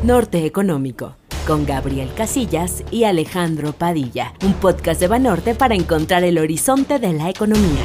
Norte Económico, con Gabriel Casillas y Alejandro Padilla, un podcast de Banorte para encontrar el horizonte de la economía.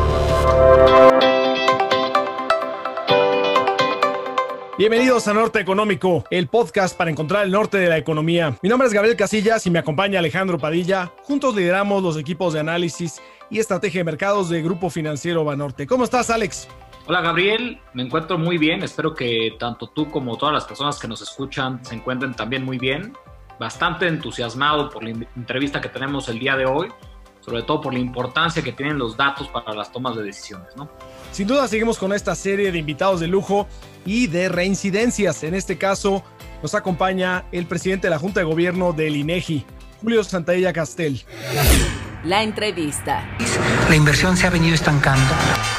Bienvenidos a Norte Económico, el podcast para encontrar el norte de la economía. Mi nombre es Gabriel Casillas y me acompaña Alejandro Padilla. Juntos lideramos los equipos de análisis y estrategia de mercados de Grupo Financiero Banorte. ¿Cómo estás, Alex? Hola, Gabriel. Me encuentro muy bien. Espero que tanto tú como todas las personas que nos escuchan se encuentren también muy bien. Bastante entusiasmado por la entrevista que tenemos el día de hoy, sobre todo por la importancia que tienen los datos para las tomas de decisiones, ¿no? Sin duda seguimos con esta serie de invitados de lujo y de reincidencias. En este caso nos acompaña el presidente de la Junta de Gobierno del INEGI, Julio Santaella Castel. La entrevista. La inversión se ha venido estancando.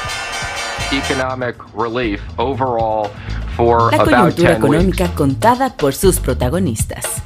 Economic relief overall for La about coyuntura 10 económica weeks. contada por sus protagonistas.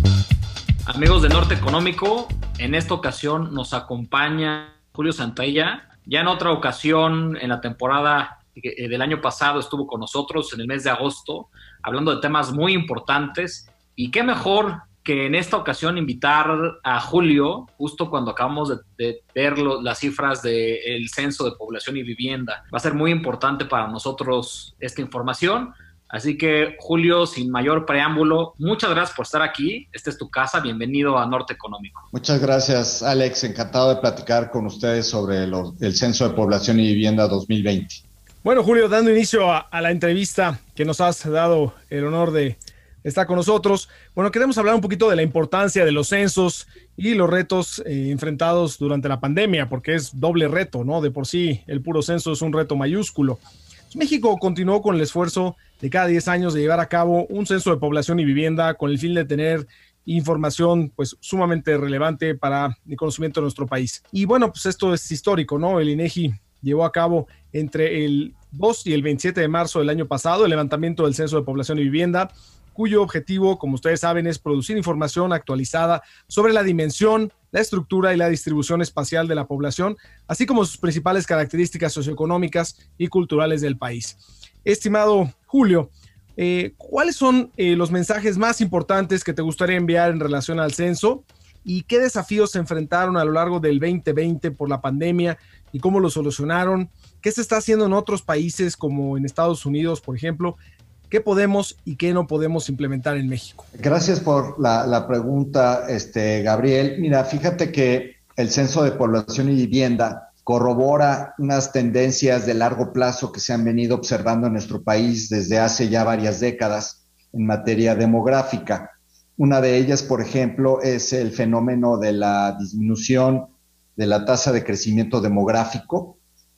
Amigos de Norte Económico, en esta ocasión nos acompaña Julio Santaella. Ya en otra ocasión, en la temporada del año pasado, estuvo con nosotros en el mes de agosto, hablando de temas muy importantes. Y qué mejor que en esta ocasión invitar a Julio, justo cuando acabamos de ver las cifras del Censo de Población y Vivienda. Va a ser muy importante para nosotros esta información. Así que, Julio, sin mayor preámbulo, muchas gracias por estar aquí. Esta es tu casa. Bienvenido a Norte Económico. Muchas gracias, Alex. Encantado de platicar con ustedes sobre el Censo de Población y Vivienda 2020. Bueno, Julio, dando inicio a la entrevista que nos has dado el honor de estar con nosotros. Bueno, queremos hablar un poquito de la importancia de los censos y los retos enfrentados durante la pandemia, porque es doble reto, ¿no? De por sí, el puro censo es un reto mayúsculo. México continuó con el esfuerzo de cada 10 años de llevar a cabo un censo de población y vivienda con el fin de tener información pues sumamente relevante para el conocimiento de nuestro país. Y bueno, pues esto es histórico, ¿no? El INEGI llevó a cabo entre el 2 y el 27 de marzo del año pasado el levantamiento del censo de población y vivienda, cuyo objetivo, como ustedes saben, es producir información actualizada sobre la dimensión, la estructura y la distribución espacial de la población, así como sus principales características socioeconómicas y culturales del país. Estimado Julio, ¿cuáles son los mensajes más importantes que te gustaría enviar en relación al censo y qué desafíos se enfrentaron a lo largo del 2020 por la pandemia y cómo lo solucionaron? ¿Qué se está haciendo en otros países como en Estados Unidos, por ejemplo? ¿Qué podemos y qué no podemos implementar en México? Gracias por la pregunta, Gabriel. Mira, fíjate que el Censo de Población y Vivienda corrobora unas tendencias de largo plazo que se han venido observando en nuestro país desde hace ya varias décadas en materia demográfica. Una de ellas, por ejemplo, es el fenómeno de la disminución de la tasa de crecimiento demográfico.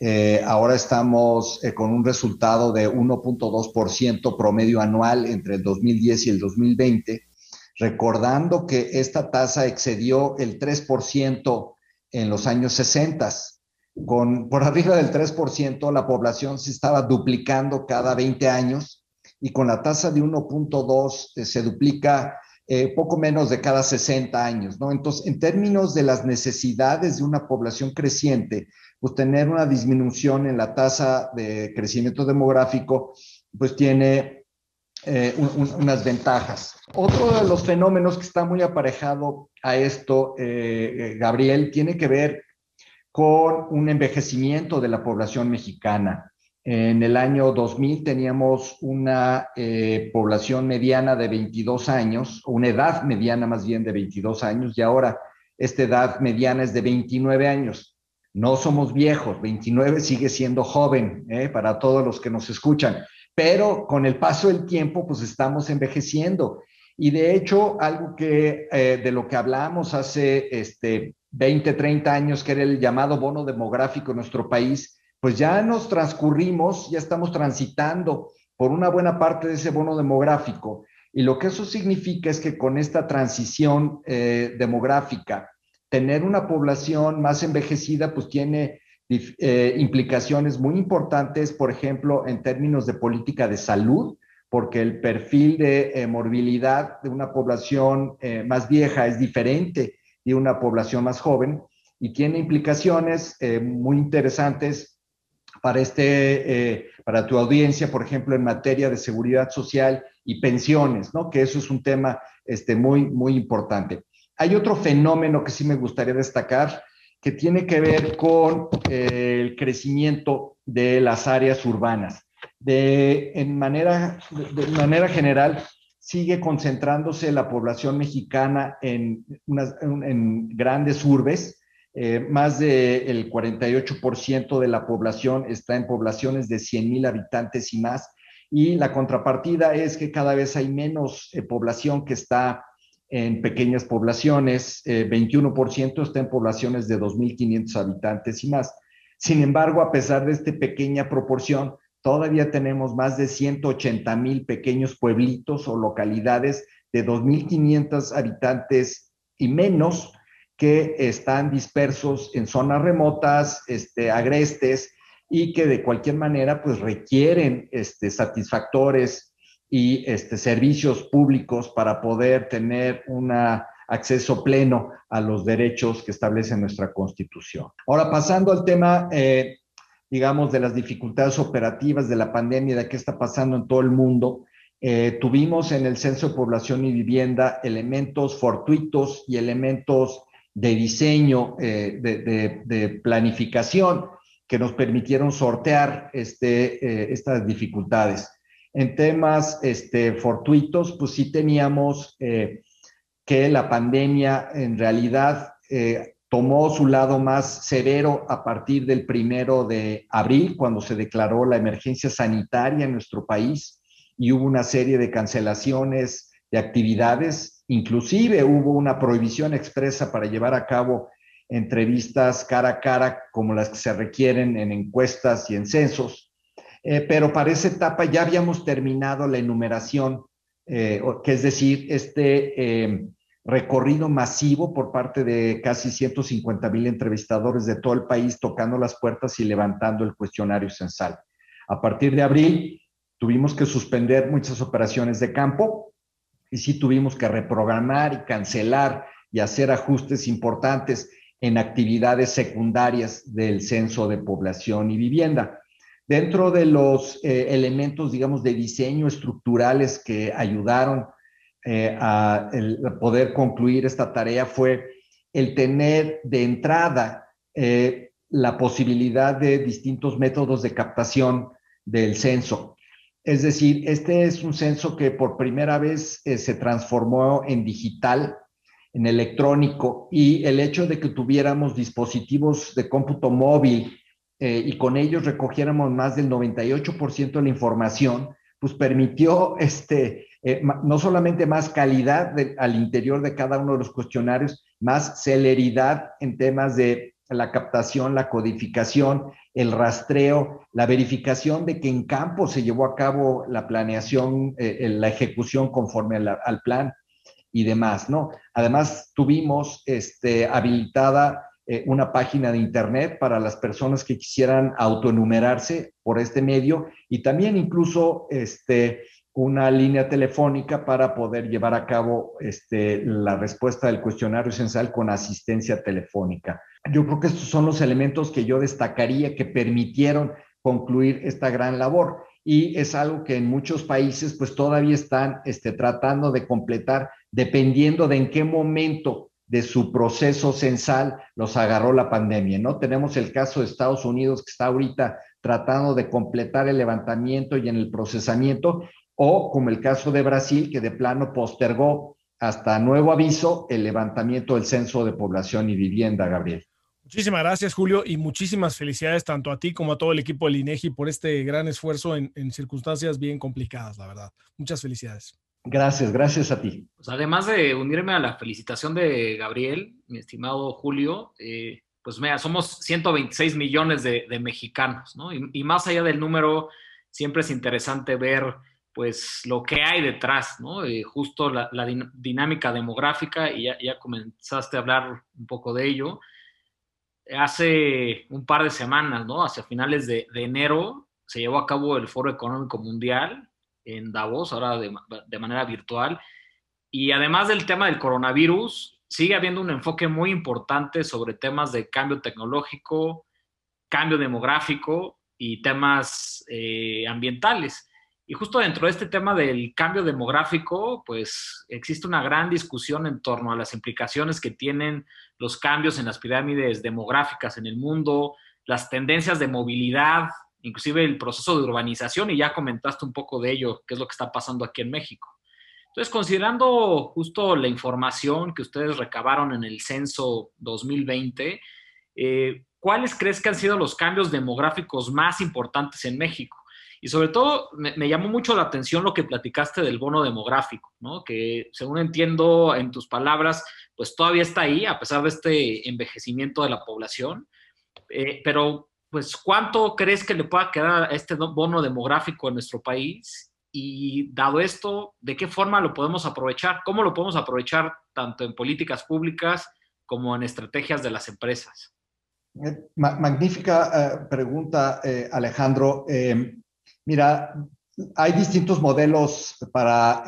Ahora estamos con un resultado de 1.2% promedio anual entre el 2010 y el 2020, recordando que esta tasa excedió el 3% en los años 60. Por arriba del 3%, la población se estaba duplicando cada 20 años y con la tasa de 1.2 se duplica poco menos de cada 60 años, ¿no? Entonces, en términos de las necesidades de una población creciente, pues tener una disminución en la tasa de crecimiento demográfico, pues tiene unas ventajas. Otro de los fenómenos que está muy aparejado a esto, Gabriel, tiene que ver con un envejecimiento de la población mexicana. En el año 2000 teníamos una población mediana de 22 años, o una edad mediana más bien de 22 años, y ahora esta edad mediana es de 29 años. No somos viejos, 29 sigue siendo joven para todos los que nos escuchan, pero con el paso del tiempo pues estamos envejeciendo. Y de hecho, algo que de lo que hablamos hace 20, 30 años, que era el llamado bono demográfico en nuestro país, pues ya nos transcurrimos, ya estamos transitando por una buena parte de ese bono demográfico. Y lo que eso significa es que con esta transición demográfica, tener una población más envejecida pues tiene implicaciones muy importantes, por ejemplo, en términos de política de salud, porque el perfil de morbilidad de una población más vieja es diferente de una población más joven y tiene implicaciones muy interesantes para tu audiencia, por ejemplo, en materia de seguridad social y pensiones, ¿no? Que eso es un tema muy, muy importante. Hay otro fenómeno que sí me gustaría destacar, que tiene que ver con el crecimiento de las áreas urbanas. De manera general, sigue concentrándose la población mexicana en grandes urbes. Más del 48% de la población está en poblaciones de 100,000 habitantes y más, y la contrapartida es que cada vez hay menos población que está en pequeñas poblaciones, 21% está en poblaciones de 2,500 habitantes y más. Sin embargo, a pesar de esta pequeña proporción, todavía tenemos más de 180,000 pequeños pueblitos o localidades de 2,500 habitantes y menos, que están dispersos en zonas remotas, agrestes, y que de cualquier manera pues requieren satisfactores y servicios públicos para poder tener un acceso pleno a los derechos que establece nuestra Constitución. Ahora, pasando al tema, digamos, de las dificultades operativas de la pandemia, de qué está pasando en todo el mundo, tuvimos en el Censo de Población y Vivienda elementos fortuitos y elementos de diseño, de planificación, que nos permitieron sortear estas dificultades. En temas fortuitos, pues sí teníamos que la pandemia en realidad tomó su lado más severo a partir del 1 de abril, cuando se declaró la emergencia sanitaria en nuestro país y hubo una serie de cancelaciones de actividades. Inclusive hubo una prohibición expresa para llevar a cabo entrevistas cara a cara como las que se requieren en encuestas y en censos. Pero para esa etapa ya habíamos terminado la enumeración, que es decir, recorrido masivo por parte de casi 150,000 entrevistadores de todo el país, tocando las puertas y levantando el cuestionario censal. A partir de abril tuvimos que suspender muchas operaciones de campo y sí tuvimos que reprogramar y cancelar y hacer ajustes importantes en actividades secundarias del Censo de Población y Vivienda. Dentro de los elementos, digamos, de diseño estructurales que ayudaron a poder concluir esta tarea fue el tener de entrada la posibilidad de distintos métodos de captación del censo. Es decir, este es un censo que por primera vez se transformó en digital, en electrónico, y el hecho de que tuviéramos dispositivos de cómputo móvil y con ellos recogiéramos más del 98% de la información, pues permitió no solamente más calidad al interior de cada uno de los cuestionarios, más celeridad en temas de la captación, la codificación, el rastreo, la verificación de que en campo se llevó a cabo la planeación, la ejecución conforme al plan y demás, ¿no? Además, tuvimos habilitada una página de internet para las personas que quisieran autoenumerarse por este medio y también incluso una línea telefónica para poder llevar a cabo la respuesta del cuestionario censal con asistencia telefónica. Yo creo que estos son los elementos que yo destacaría que permitieron concluir esta gran labor, y es algo que en muchos países pues todavía están tratando de completar dependiendo de en qué momento de su proceso censal los agarró la pandemia, ¿no? Tenemos el caso de Estados Unidos, que está ahorita tratando de completar el levantamiento y en el procesamiento, o como el caso de Brasil, que de plano postergó hasta nuevo aviso el levantamiento del Censo de Población y Vivienda, Gabriel. Muchísimas gracias, Julio, y muchísimas felicidades tanto a ti como a todo el equipo del INEGI por este gran esfuerzo en circunstancias bien complicadas, la verdad. Muchas felicidades. Gracias a ti. Pues además de unirme a la felicitación de Gabriel, mi estimado Julio, pues mira, somos 126 millones de mexicanos, ¿no? Y más allá del número, siempre es interesante ver pues lo que hay detrás, ¿no? Justo la dinámica demográfica, y ya comenzaste a hablar un poco de ello. Hace un par de semanas, ¿no? Hacia finales de enero, se llevó a cabo el Foro Económico Mundial en Davos, ahora de manera virtual. Y además del tema del coronavirus, sigue habiendo un enfoque muy importante sobre temas de cambio tecnológico, cambio demográfico y temas ambientales. Y justo dentro de este tema del cambio demográfico, pues existe una gran discusión en torno a las implicaciones que tienen los cambios en las pirámides demográficas en el mundo, las tendencias de movilidad, inclusive el proceso de urbanización, y ya comentaste un poco de ello, qué es lo que está pasando aquí en México. Entonces, considerando justo la información que ustedes recabaron en el censo 2020, ¿cuáles crees que han sido los cambios demográficos más importantes en México? Y sobre todo, me llamó mucho la atención lo que platicaste del bono demográfico, ¿no? Que según entiendo en tus palabras, pues todavía está ahí, a pesar de este envejecimiento de la población. Pero, pues, ¿cuánto crees que le pueda quedar a este bono demográfico en nuestro país? Y dado esto, ¿de qué forma lo podemos aprovechar? ¿Cómo lo podemos aprovechar tanto en políticas públicas como en estrategias de las empresas? Magnífica pregunta, Alejandro. Mira, hay distintos modelos para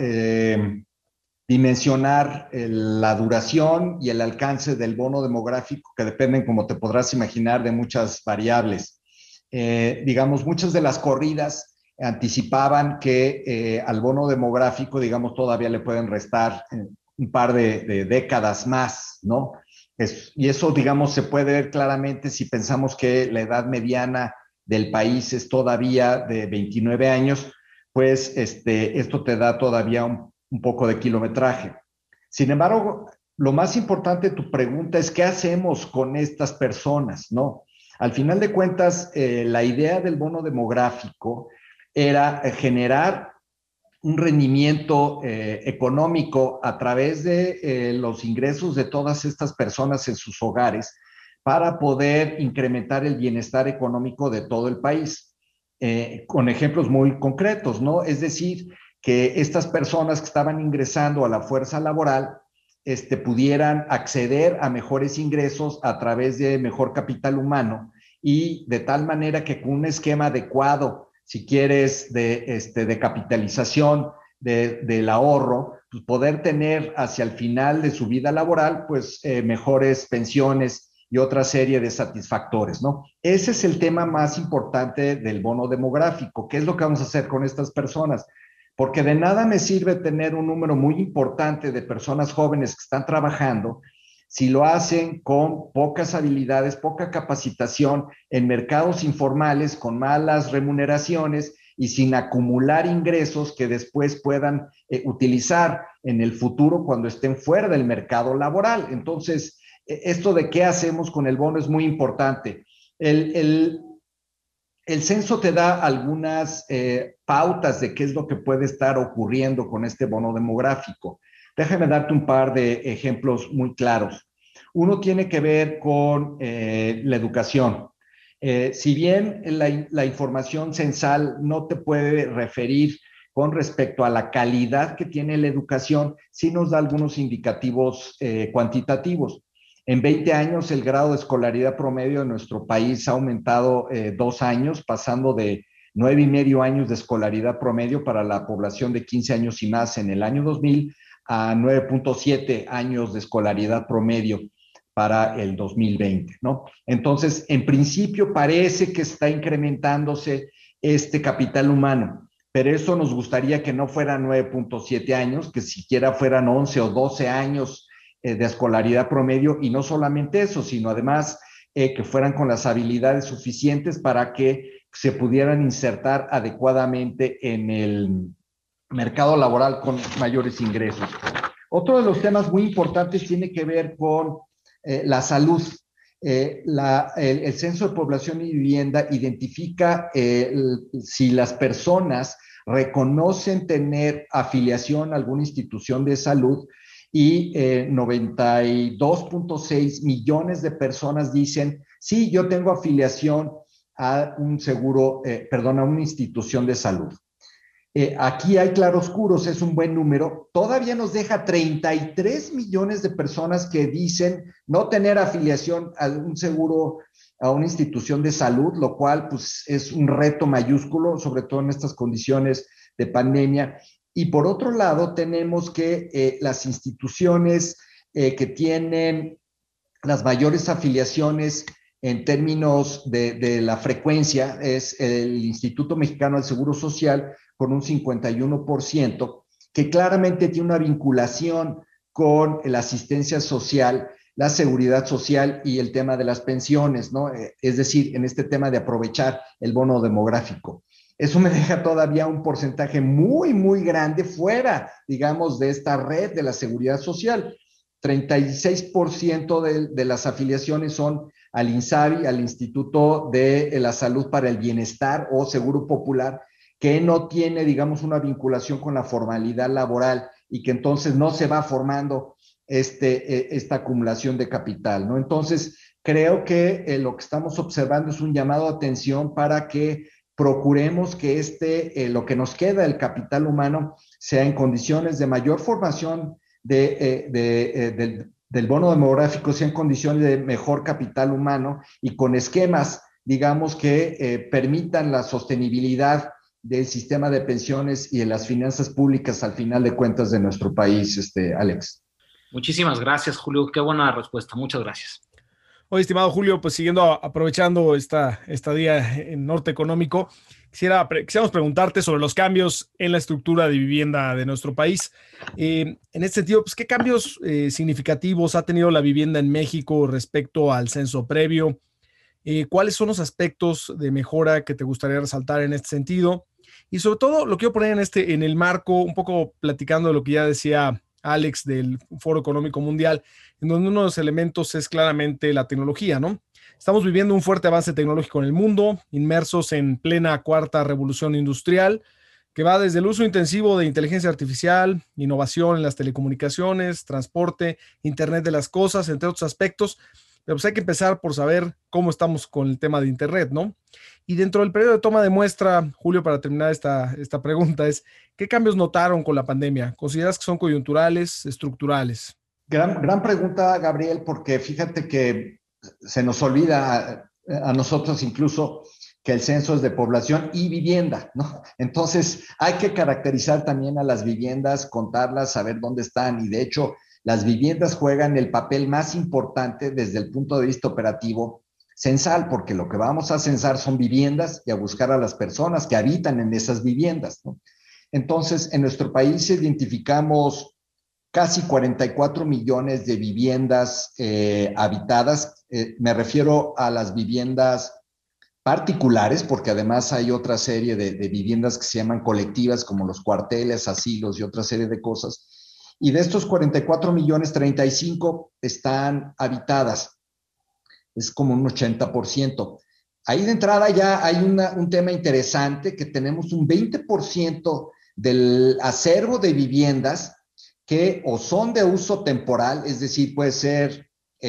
dimensionar la duración y el alcance del bono demográfico, que dependen, como te podrás imaginar, de muchas variables. Digamos, muchas de las corridas anticipaban que al bono demográfico, digamos, todavía le pueden restar un par de décadas más, ¿no? Y eso, digamos, se puede ver claramente si pensamos que la edad mediana del país es todavía de 29 años, pues esto te da todavía un poco de kilometraje. Sin embargo, lo más importante de tu pregunta es ¿qué hacemos con estas personas, no? Al final de cuentas, la idea del bono demográfico era generar un rendimiento económico a través de los ingresos de todas estas personas en sus hogares para poder incrementar el bienestar económico de todo el país, con ejemplos muy concretos, ¿no? Es decir, que estas personas que estaban ingresando a la fuerza laboral pudieran acceder a mejores ingresos a través de mejor capital humano y de tal manera que con un esquema adecuado, si quieres, de capitalización del ahorro, pues poder tener hacia el final de su vida laboral, pues mejores pensiones y otra serie de satisfactores, ¿no? Ese es el tema más importante del bono demográfico. ¿Qué es lo que vamos a hacer con estas personas? Porque de nada me sirve tener un número muy importante de personas jóvenes que están trabajando si lo hacen con pocas habilidades, poca capacitación en mercados informales, con malas remuneraciones y sin acumular ingresos que después puedan utilizar en el futuro cuando estén fuera del mercado laboral. Entonces, esto de qué hacemos con el bono es muy importante. El censo te da algunas pautas de qué es lo que puede estar ocurriendo con este bono demográfico. Déjame darte un par de ejemplos muy claros. Uno tiene que ver con la educación. Si bien la información censal no te puede referir con respecto a la calidad que tiene la educación, sí nos da algunos indicativos cuantitativos. En 20 años, el grado de escolaridad promedio de nuestro país ha aumentado 2 años, pasando de 9,5 años de escolaridad promedio para la población de 15 años y más en el año 2000 a 9,7 años de escolaridad promedio para el 2020, ¿no? Entonces, en principio parece que está incrementándose este capital humano, pero eso nos gustaría que no fueran 9,7 años, que siquiera fueran 11 o 12 años de escolaridad promedio, y no solamente eso, sino además que fueran con las habilidades suficientes para que se pudieran insertar adecuadamente en el mercado laboral con mayores ingresos. Otro de los temas muy importantes tiene que ver con la salud. El Censo de Población y Vivienda identifica si las personas reconocen tener afiliación a alguna institución de salud, y 92,6 millones de personas dicen, sí, yo tengo afiliación a un seguro, a una institución de salud. Aquí hay claroscuros, es un buen número. Todavía nos deja 33 millones de personas que dicen no tener afiliación a un seguro, a una institución de salud, lo cual pues es un reto mayúsculo, sobre todo en estas condiciones de pandemia. Y por otro lado, tenemos que las instituciones que tienen las mayores afiliaciones en términos de la frecuencia es el Instituto Mexicano del Seguro Social con un 51%, que claramente tiene una vinculación con la asistencia social, la seguridad social y el tema de las pensiones, ¿no? Es decir, en este tema de aprovechar el bono demográfico. Eso me deja todavía un porcentaje muy, muy grande fuera, digamos, de esta red de la seguridad social. 36% de las afiliaciones son al INSABI, al Instituto de la Salud para el Bienestar o Seguro Popular, que no tiene, digamos, una vinculación con la formalidad laboral y que entonces no se va formando esta acumulación de capital, ¿no? Entonces, creo que lo que estamos observando es un llamado a atención para que procuremos que lo que nos queda del capital humano sea en condiciones de mayor formación del bono demográfico, sea en condiciones de mejor capital humano y con esquemas, digamos, que permitan la sostenibilidad del sistema de pensiones y de las finanzas públicas al final de cuentas de nuestro país, Alex. Muchísimas gracias, Julio. Qué buena respuesta. Muchas gracias. Oye, estimado Julio, pues aprovechando esta estadía en Norte Económico, quisiéramos preguntarte sobre los cambios en la estructura de vivienda de nuestro país. En este sentido, pues, ¿qué cambios significativos ha tenido la vivienda en México respecto al censo previo? ¿Cuáles son los aspectos de mejora que te gustaría resaltar en este sentido? Y sobre todo, lo quiero poner en el marco, un poco platicando de lo que ya decía Alex del Foro Económico Mundial, en donde uno de los elementos es claramente la tecnología, ¿no? Estamos viviendo un fuerte avance tecnológico en el mundo, inmersos en plena cuarta revolución industrial, que va desde el uso intensivo de inteligencia artificial, innovación en las telecomunicaciones, transporte, Internet de las cosas, entre otros aspectos. Pero pues hay que empezar por saber cómo estamos con el tema de Internet, ¿no? Y dentro del periodo de toma de muestra, Julio, para terminar esta pregunta es, ¿qué cambios notaron con la pandemia? ¿Consideras que son coyunturales, estructurales? Gran pregunta, Gabriel, porque fíjate que se nos olvida a nosotros incluso que el censo es de población y vivienda, ¿no? Entonces hay que caracterizar también a las viviendas, contarlas, saber dónde están y de hecho las viviendas juegan el papel más importante desde el punto de vista operativo censal, porque lo que vamos a censar son viviendas y a buscar a las personas que habitan en esas viviendas, ¿no? Entonces, en nuestro país identificamos casi 44 millones de viviendas habitadas. Me refiero a las viviendas particulares, porque además hay otra serie de viviendas que se llaman colectivas, como los cuarteles, asilos y otra serie de cosas. Y de estos 44 millones, 35 están habitadas. Es como un 80%. Ahí de entrada ya hay un tema interesante, que tenemos un 20% del acervo de viviendas que o son de uso temporal, es decir, puede ser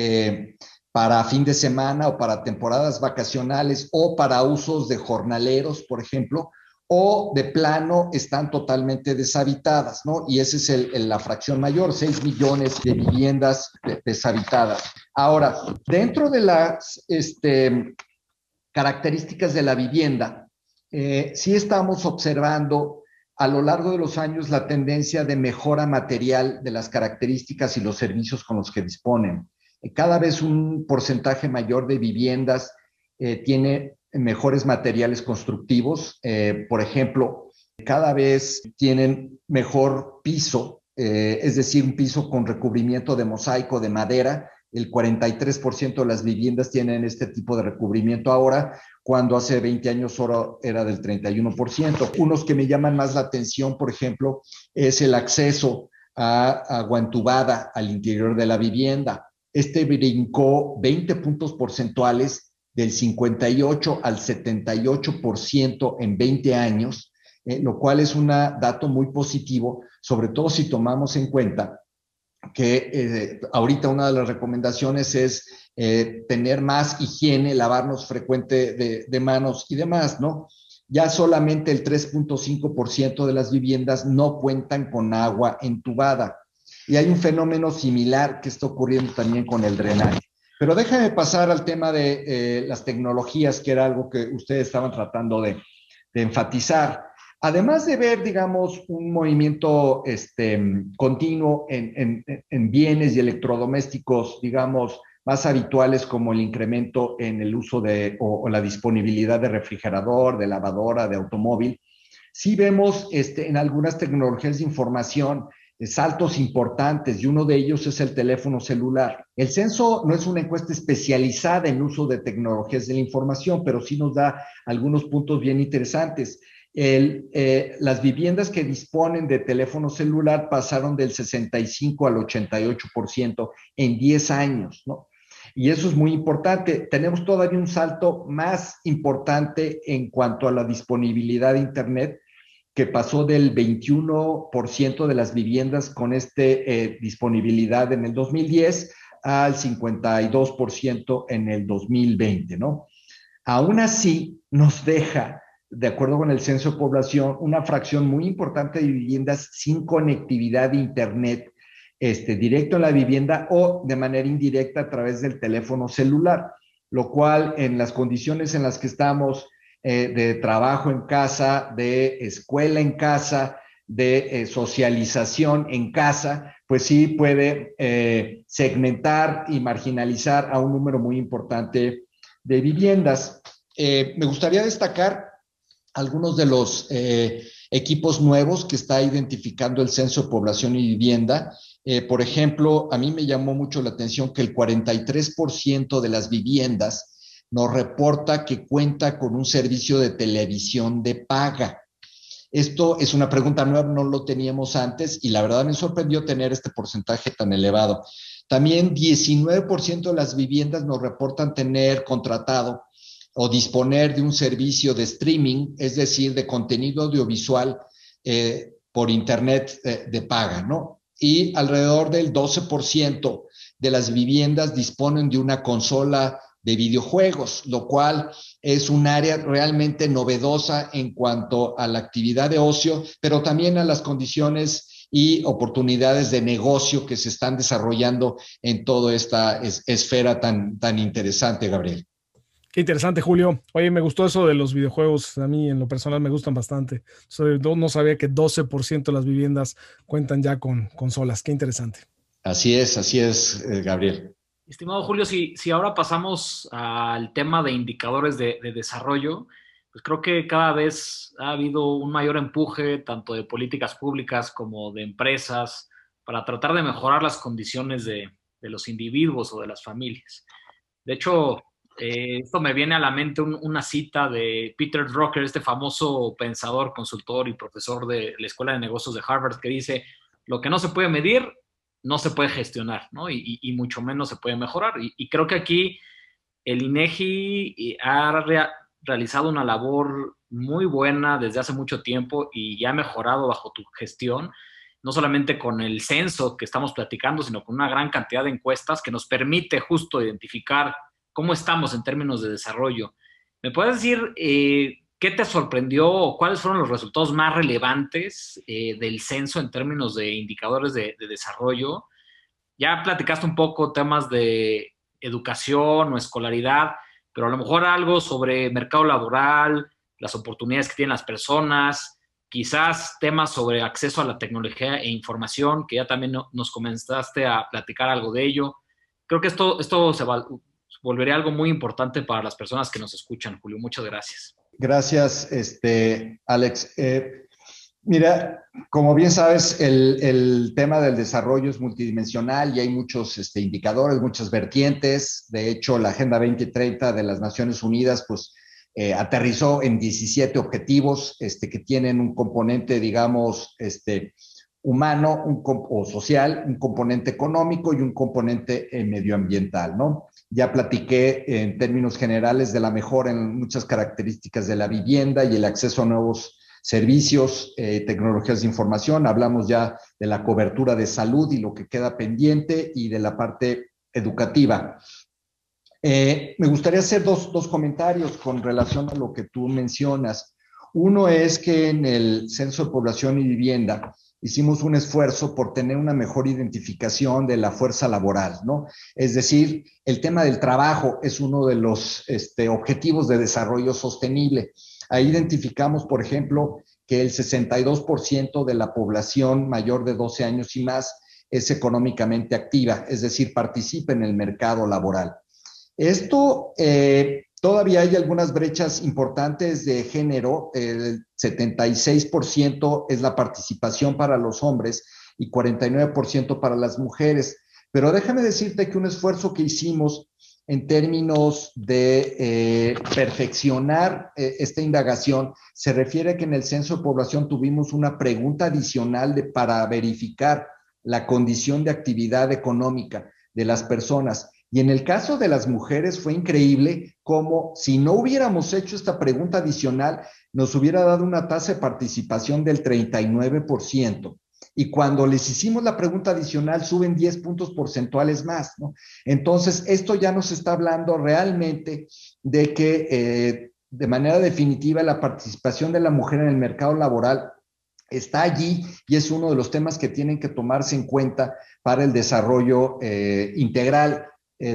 para fin de semana o para temporadas vacacionales o para usos de jornaleros, por ejemplo, o de plano están totalmente deshabitadas, ¿no? Y esa es la fracción mayor, 6 millones de viviendas deshabitadas. Ahora, dentro de las características de la vivienda, sí estamos observando a lo largo de los años la tendencia de mejora material de las características y los servicios con los que disponen. Cada vez un porcentaje mayor de viviendas tiene mejores materiales constructivos. Por ejemplo, cada vez tienen mejor piso, es decir, un piso con recubrimiento de mosaico de madera. El 43% de las viviendas tienen este tipo de recubrimiento ahora, cuando hace 20 años solo era del 31%. Unos que me llaman más la atención, por ejemplo, es el acceso a agua entubada al interior de la vivienda. Este brincó 20 puntos porcentuales del 58 al 78% en 20 años, lo cual es un dato muy positivo, sobre todo si tomamos en cuenta que ahorita una de las recomendaciones es tener más higiene, lavarnos frecuente de manos y demás, ¿no? Ya solamente el 3.5% de las viviendas no cuentan con agua entubada. Y hay un fenómeno similar que está ocurriendo también con el drenaje. Pero déjame pasar al tema de las tecnologías, que era algo que ustedes estaban tratando de enfatizar. Además de ver, digamos, un movimiento continuo en bienes y electrodomésticos, digamos, más habituales como el incremento en el uso o la disponibilidad de refrigerador, de lavadora, de automóvil, sí vemos en algunas tecnologías de información saltos importantes, y uno de ellos es el teléfono celular. El censo no es una encuesta especializada en uso de tecnologías de la información, pero sí nos da algunos puntos bien interesantes. Las viviendas que disponen de teléfono celular pasaron del 65 al 88% en 10 años, ¿no? Y eso es muy importante. Tenemos todavía un salto más importante en cuanto a la disponibilidad de Internet, que pasó del 21% de las viviendas con disponibilidad en el 2010 al 52% en el 2020, ¿no? Aún así, nos deja, de acuerdo con el Censo de Población, una fracción muy importante de viviendas sin conectividad de Internet directo en la vivienda o de manera indirecta a través del teléfono celular, lo cual en las condiciones en las que estamos, de trabajo en casa, de escuela en casa, de socialización en casa, pues sí puede segmentar y marginalizar a un número muy importante de viviendas. Me gustaría destacar algunos de los equipos nuevos que está identificando el Censo de Población y Vivienda. Por ejemplo, a mí me llamó mucho la atención que el 43% de las viviendas nos reporta que cuenta con un servicio de televisión de paga. Esto es una pregunta nueva, no lo teníamos antes, y la verdad me sorprendió tener este porcentaje tan elevado. También 19% de las viviendas nos reportan tener contratado o disponer de un servicio de streaming, es decir, de contenido audiovisual por Internet de paga, ¿no? Y alrededor del 12% de las viviendas disponen de una consola de videojuegos, lo cual es un área realmente novedosa en cuanto a la actividad de ocio, pero también a las condiciones y oportunidades de negocio que se están desarrollando en toda esta esfera tan interesante, Gabriel. Qué interesante, Julio. Oye, me gustó eso de los videojuegos. A mí en lo personal me gustan bastante. No sabía que 12% de las viviendas cuentan ya con consolas. Qué interesante. Así es, Gabriel. Estimado Julio, si ahora pasamos al tema de indicadores de desarrollo, pues creo que cada vez ha habido un mayor empuje tanto de políticas públicas como de empresas para tratar de mejorar las condiciones de los individuos o de las familias. De hecho, esto me viene a la mente una cita de Peter Drucker, este famoso pensador, consultor y profesor de la Escuela de Negocios de Harvard, que dice: lo que no se puede medir no se puede gestionar, ¿no? Y mucho menos se puede mejorar. Y creo que aquí el INEGI ha realizado una labor muy buena desde hace mucho tiempo y ya ha mejorado bajo tu gestión, no solamente con el censo que estamos platicando, sino con una gran cantidad de encuestas que nos permite justo identificar cómo estamos en términos de desarrollo. ¿Me puedes decir qué te sorprendió o cuáles fueron los resultados más relevantes del censo en términos de indicadores de desarrollo? Ya platicaste un poco temas de educación o escolaridad, pero a lo mejor algo sobre mercado laboral, las oportunidades que tienen las personas, quizás temas sobre acceso a la tecnología e información, que ya también nos comenzaste a platicar algo de ello. Creo que esto se volvería algo muy importante para las personas que nos escuchan, Julio. Muchas gracias. Gracias, Alex. Mira, como bien sabes, el tema del desarrollo es multidimensional y hay muchos indicadores, muchas vertientes. De hecho, la Agenda 2030 de las Naciones Unidas, pues, aterrizó en 17 objetivos que tienen un componente, digamos, humano o social, un componente económico y un componente medioambiental, ¿no? Ya platiqué en términos generales de la mejora en muchas características de la vivienda y el acceso a nuevos servicios, tecnologías de información. Hablamos ya de la cobertura de salud y lo que queda pendiente y de la parte educativa. Me gustaría hacer dos comentarios con relación a lo que tú mencionas. Uno es que en el Censo de Población y Vivienda hicimos un esfuerzo por tener una mejor identificación de la fuerza laboral, ¿no? Es decir, el tema del trabajo es uno de los objetivos de desarrollo sostenible. Ahí identificamos, por ejemplo, que el 62% de la población mayor de 12 años y más es económicamente activa, es decir, participa en el mercado laboral. Esto, todavía hay algunas brechas importantes de género. El 76% es la participación para los hombres y 49% para las mujeres. Pero déjame decirte que un esfuerzo que hicimos en términos de perfeccionar esta indagación se refiere a que en el censo de población tuvimos una pregunta adicional para verificar la condición de actividad económica de las personas. Y en el caso de las mujeres fue increíble cómo si no hubiéramos hecho esta pregunta adicional nos hubiera dado una tasa de participación del 39%. Y cuando les hicimos la pregunta adicional suben 10 puntos porcentuales más, ¿no? Entonces, esto ya nos está hablando realmente de que de manera definitiva la participación de la mujer en el mercado laboral está allí y es uno de los temas que tienen que tomarse en cuenta para el desarrollo integral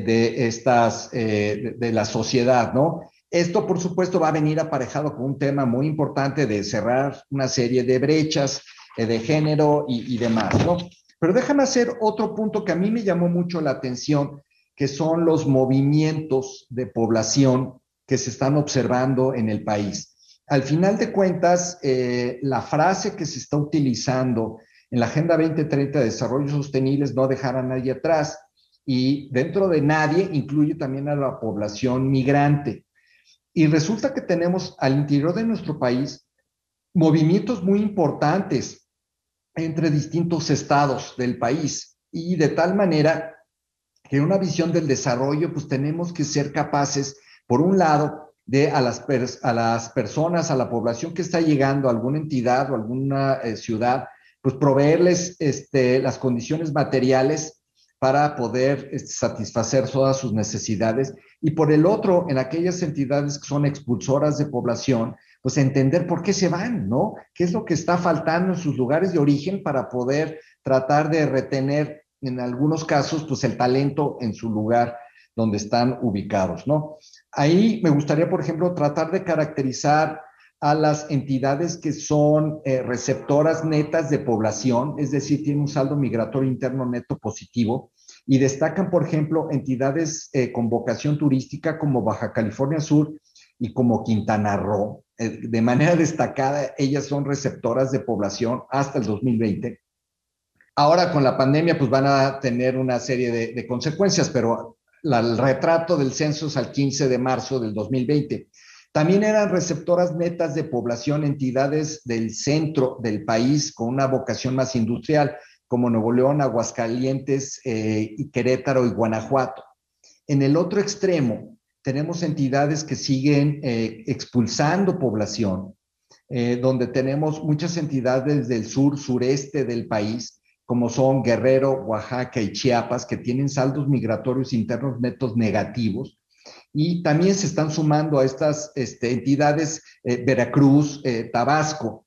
de la sociedad, ¿no? Esto, por supuesto, va a venir aparejado con un tema muy importante de cerrar una serie de brechas de género y demás, ¿no? Pero déjame hacer otro punto que a mí me llamó mucho la atención, que son los movimientos de población que se están observando en el país. Al final de cuentas, la frase que se está utilizando en la Agenda 2030 de Desarrollo Sostenible es no dejar a nadie atrás, y dentro de nadie incluye también a la población migrante. Y resulta que tenemos al interior de nuestro país movimientos muy importantes entre distintos estados del país, y de tal manera que una visión del desarrollo, pues tenemos que ser capaces, por un lado, de a las personas, a la población que está llegando a alguna entidad o alguna ciudad, pues proveerles las condiciones materiales para poder satisfacer todas sus necesidades, y por el otro, en aquellas entidades que son expulsoras de población, pues entender por qué se van, ¿no? ¿Qué es lo que está faltando en sus lugares de origen para poder tratar de retener, en algunos casos, pues el talento en su lugar donde están ubicados, ¿no? Ahí me gustaría, por ejemplo, tratar de caracterizar a las entidades que son receptoras netas de población, es decir, tienen un saldo migratorio interno neto positivo, y destacan, por ejemplo, entidades con vocación turística como Baja California Sur y como Quintana Roo. De manera destacada, ellas son receptoras de población hasta el 2020. Ahora con la pandemia pues van a tener una serie de consecuencias, pero el retrato del censo es al 15 de marzo del 2020. También eran receptoras netas de población entidades del centro del país con una vocación más industrial, como Nuevo León, Aguascalientes, y Querétaro y Guanajuato. En el otro extremo, tenemos entidades que siguen expulsando población, donde tenemos muchas entidades del sureste del país, como son Guerrero, Oaxaca y Chiapas, que tienen saldos migratorios internos netos negativos. Y también se están sumando a estas entidades Veracruz, Tabasco,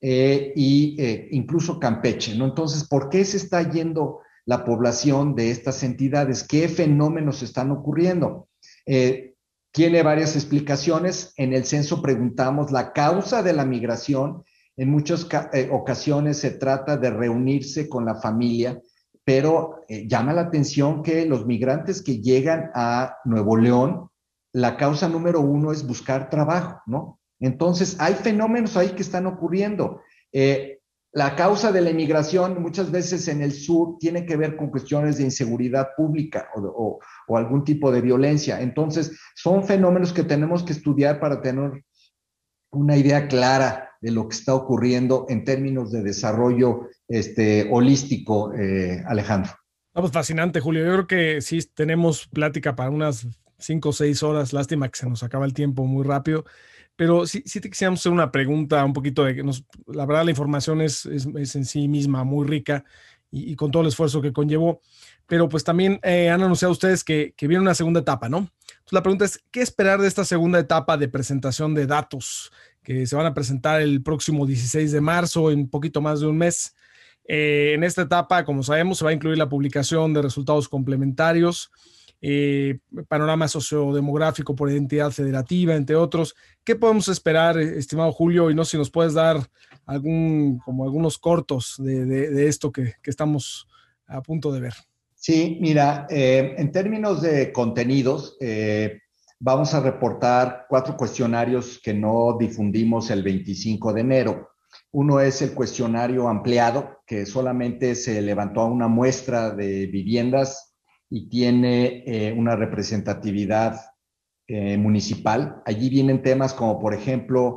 incluso Campeche, ¿no? Entonces, ¿por qué se está yendo la población de estas entidades? ¿Qué fenómenos están ocurriendo? Tiene varias explicaciones. En el censo preguntamos la causa de la migración. En muchas ocasiones se trata de reunirse con la familia, pero llama la atención que los migrantes que llegan a Nuevo León, la causa número uno es buscar trabajo, ¿no? Entonces, hay fenómenos ahí que están ocurriendo. La causa de la inmigración muchas veces en el sur tiene que ver con cuestiones de inseguridad pública o algún tipo de violencia. Entonces, son fenómenos que tenemos que estudiar para tener una idea clara de lo que está ocurriendo en términos de desarrollo holístico, Alejandro. Pues fascinante, Julio. Yo creo que sí tenemos plática para unas 5 o 6 horas. Lástima que se nos acaba el tiempo muy rápido. Pero sí te quisiéramos hacer una pregunta un poquito la verdad la información es en sí misma muy rica y con todo el esfuerzo que conllevó, pero pues también han anunciado ustedes que viene una segunda etapa, ¿no? Entonces la pregunta es, ¿qué esperar de esta segunda etapa de presentación de datos que se van a presentar el próximo 16 de marzo, en poquito más de un mes? En esta etapa, como sabemos, se va a incluir la publicación de resultados complementarios, panorama sociodemográfico por identidad federativa, entre otros. ¿Qué podemos esperar, estimado Julio? Y no sé si nos puedes dar algunos cortos de esto que estamos a punto de ver. Sí, mira, en términos de contenidos, vamos a reportar 4 cuestionarios que no difundimos el 25 de enero. Uno es el cuestionario ampliado, que solamente se levantó a una muestra de viviendas y tiene una representatividad municipal. Allí vienen temas como, por ejemplo,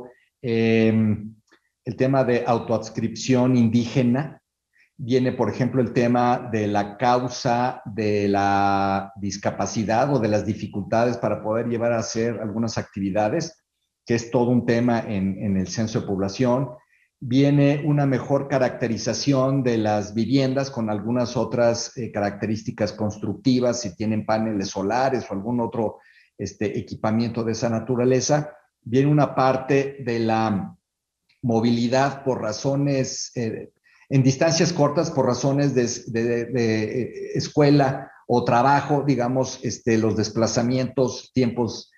el tema de autoadscripción indígena. Viene, por ejemplo, el tema de la causa de la discapacidad o de las dificultades para poder llevar a hacer algunas actividades, que es todo un tema en el censo de población. Viene una mejor caracterización de las viviendas con algunas otras características constructivas, si tienen paneles solares o algún otro equipamiento de esa naturaleza. Viene una parte de la movilidad por razones, en distancias cortas, por razones de escuela o trabajo, digamos, los desplazamientos, tiempos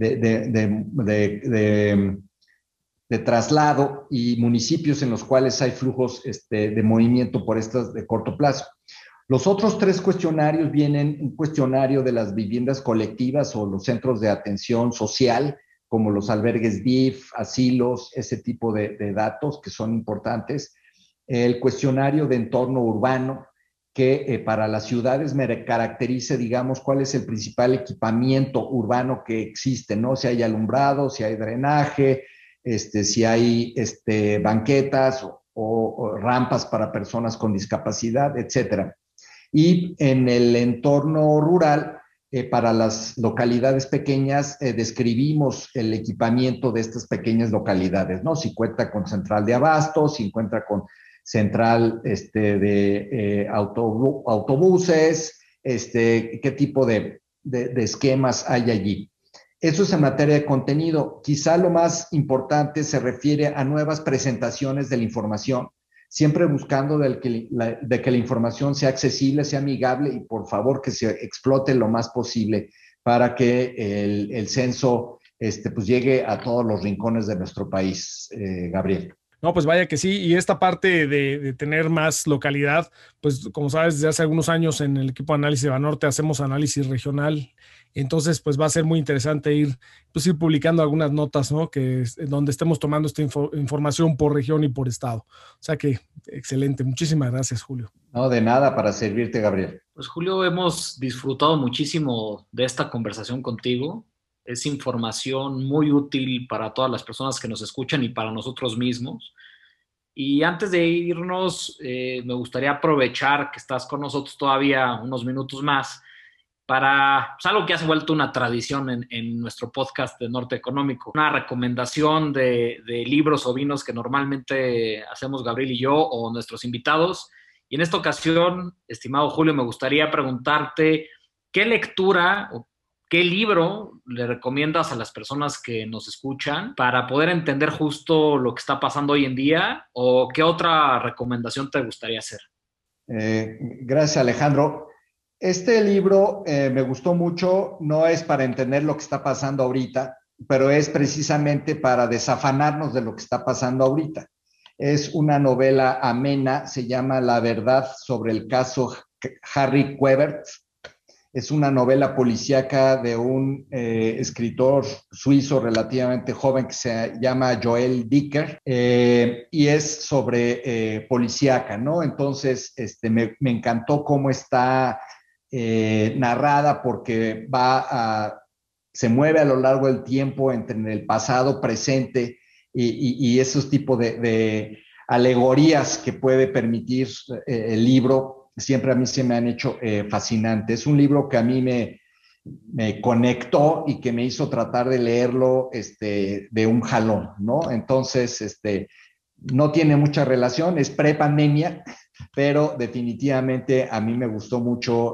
de traslado y municipios en los cuales hay flujos de movimiento por estas de corto plazo. Los otros 3 cuestionarios vienen, un cuestionario de las viviendas colectivas o los centros de atención social, como los albergues DIF, asilos, ese tipo de datos que son importantes. El cuestionario de entorno urbano, que para las ciudades me caracterice, digamos, cuál es el principal equipamiento urbano que existe, ¿no? Si hay alumbrado, si hay drenaje, si hay banquetas o rampas para personas con discapacidad, etcétera. Y en el entorno rural, para las localidades pequeñas, describimos el equipamiento de estas pequeñas localidades, ¿no? Si cuenta con central de abasto, si cuenta con central de autobuses, qué tipo de esquemas hay allí. Eso es en materia de contenido. Quizá lo más importante se refiere a nuevas presentaciones de la información, siempre buscando de que la información sea accesible, sea amigable y por favor que se explote lo más posible para que el censo pues llegue a todos los rincones de nuestro país, Gabriel. No, pues vaya que sí, y esta parte de tener más localidad, pues como sabes, desde hace algunos años en el equipo de análisis de Banorte hacemos análisis regional, entonces pues va a ser muy interesante ir publicando algunas notas, ¿no? Donde estemos tomando esta información por región y por estado. O sea que excelente, muchísimas gracias, Julio. No, de nada, para servirte, Gabriel. Pues Julio, hemos disfrutado muchísimo de esta conversación contigo. Es información muy útil para todas las personas que nos escuchan y para nosotros mismos. Y antes de irnos, me gustaría aprovechar que estás con nosotros todavía unos minutos más para algo que ha vuelto una tradición en nuestro podcast de Norte Económico. Una recomendación de libros o vinos que normalmente hacemos Gabriel y yo o nuestros invitados. Y en esta ocasión, estimado Julio, me gustaría preguntarte qué lectura o ¿qué libro le recomiendas a las personas que nos escuchan para poder entender justo lo que está pasando hoy en día? ¿O qué otra recomendación te gustaría hacer? Gracias, Alejandro. Este libro me gustó mucho, no es para entender lo que está pasando ahorita, pero es precisamente para desafanarnos de lo que está pasando ahorita. Es una novela amena, se llama La verdad sobre el caso Harry Quebert. Es una novela policíaca de un escritor suizo relativamente joven que se llama Joel Dicker y es sobre policíaca, ¿no? Entonces, me encantó cómo está narrada porque se mueve a lo largo del tiempo entre el pasado, presente y esos tipos de alegorías que puede permitir el libro. Siempre a mí se me han hecho fascinante. Es un libro que a mí me conectó y que me hizo tratar de leerlo de un jalón, ¿no? Entonces, no tiene mucha relación, es pre-pandemia, pero definitivamente a mí me gustó mucho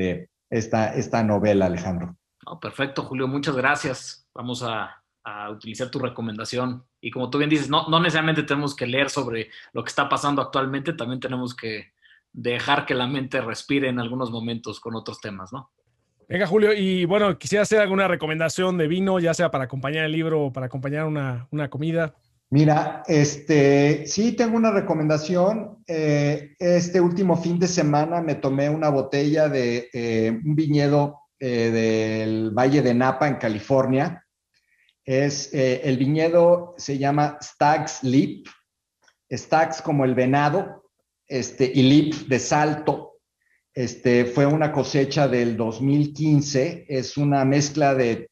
esta novela, Alejandro. Oh, perfecto, Julio, muchas gracias. Vamos a utilizar tu recomendación. Y como tú bien dices, no necesariamente tenemos que leer sobre lo que está pasando actualmente, también tenemos que dejar que la mente respire en algunos momentos con otros temas, ¿no? Venga, Julio, y bueno, quisiera hacer alguna recomendación de vino, ya sea para acompañar el libro o para acompañar una comida. Mira, sí tengo una recomendación. Este último fin de semana me tomé una botella de un viñedo del Valle de Napa, en California. El viñedo se llama Stag's Leap, Stag's como el venado, y Leap de salto. Fue una cosecha del 2015, es una mezcla de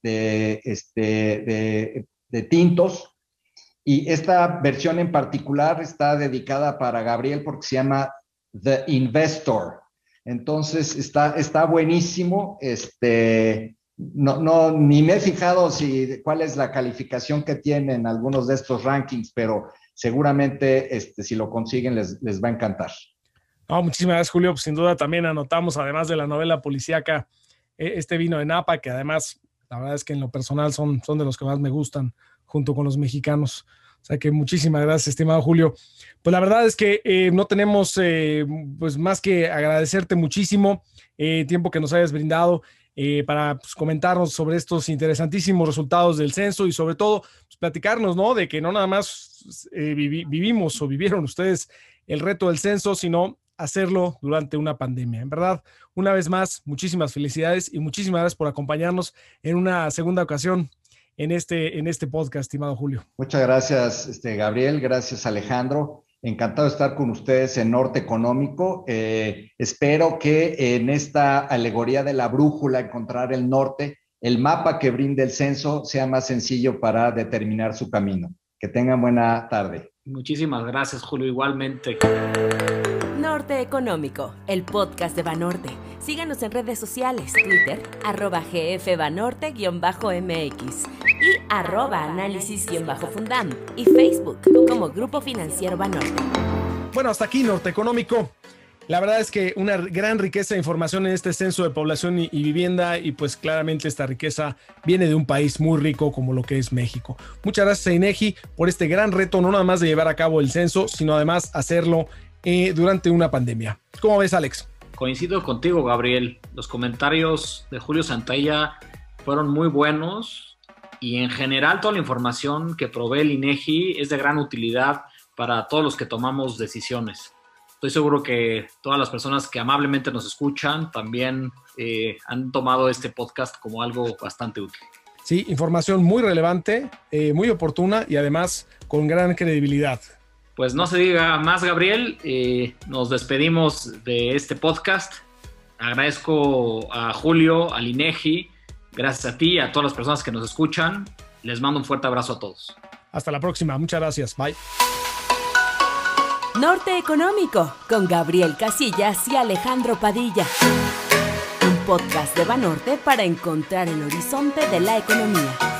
tintos. Y esta versión en particular está dedicada para Gabriel porque se llama The Investor. Entonces está buenísimo. Ni me he fijado cuál es la calificación que tienen algunos de estos rankings, pero seguramente si lo consiguen les va a encantar. No, muchísimas gracias, Julio. Pues, sin duda también anotamos, además de la novela policíaca, este vino de Napa, que además, la verdad es que en lo personal son de los que más me gustan, junto con los mexicanos. O sea que muchísimas gracias, estimado Julio. Pues la verdad es que no tenemos pues más que agradecerte muchísimo tiempo que nos hayas brindado para comentarnos sobre estos interesantísimos resultados del censo y sobre todo pues, platicarnos, ¿no? De que no nada más vivimos o vivieron ustedes el reto del censo, sino hacerlo durante una pandemia. En verdad, una vez más, muchísimas felicidades y muchísimas gracias por acompañarnos en una segunda ocasión en este podcast, estimado Julio. Muchas gracias, Gabriel. Gracias, Alejandro. Encantado de estar con ustedes en Norte Económico. Espero que en esta alegoría de la brújula, encontrar el norte, el mapa que brinde el censo sea más sencillo para determinar su camino. Que tengan buena tarde. Muchísimas gracias, Julio, igualmente. Norte Económico, el podcast de Banorte. Síganos en redes sociales, Twitter, @gfbanorte_mx y @análisis_fundam y Facebook como Grupo Financiero Banorte. Bueno, hasta aquí Norte Económico. La verdad es que una gran riqueza de información en este censo de población y vivienda, y pues claramente esta riqueza viene de un país muy rico como lo que es México. Muchas gracias a INEGI por este gran reto, no nada más de llevar a cabo el censo, sino además hacerlo durante una pandemia. ¿Cómo ves, Alex? Coincido contigo, Gabriel. Los comentarios de Julio Santalla fueron muy buenos y en general toda la información que provee el INEGI es de gran utilidad para todos los que tomamos decisiones. Estoy seguro que todas las personas que amablemente nos escuchan también han tomado este podcast como algo bastante útil. Sí, información muy relevante, muy oportuna y además con gran credibilidad. Pues no se diga más, Gabriel. Nos despedimos de este podcast. Agradezco a Julio, al INEGI. Gracias a ti y a todas las personas que nos escuchan. Les mando un fuerte abrazo a todos. Hasta la próxima. Muchas gracias. Bye. Norte Económico, con Gabriel Casillas y Alejandro Padilla. Un podcast de Banorte para encontrar el horizonte de la economía.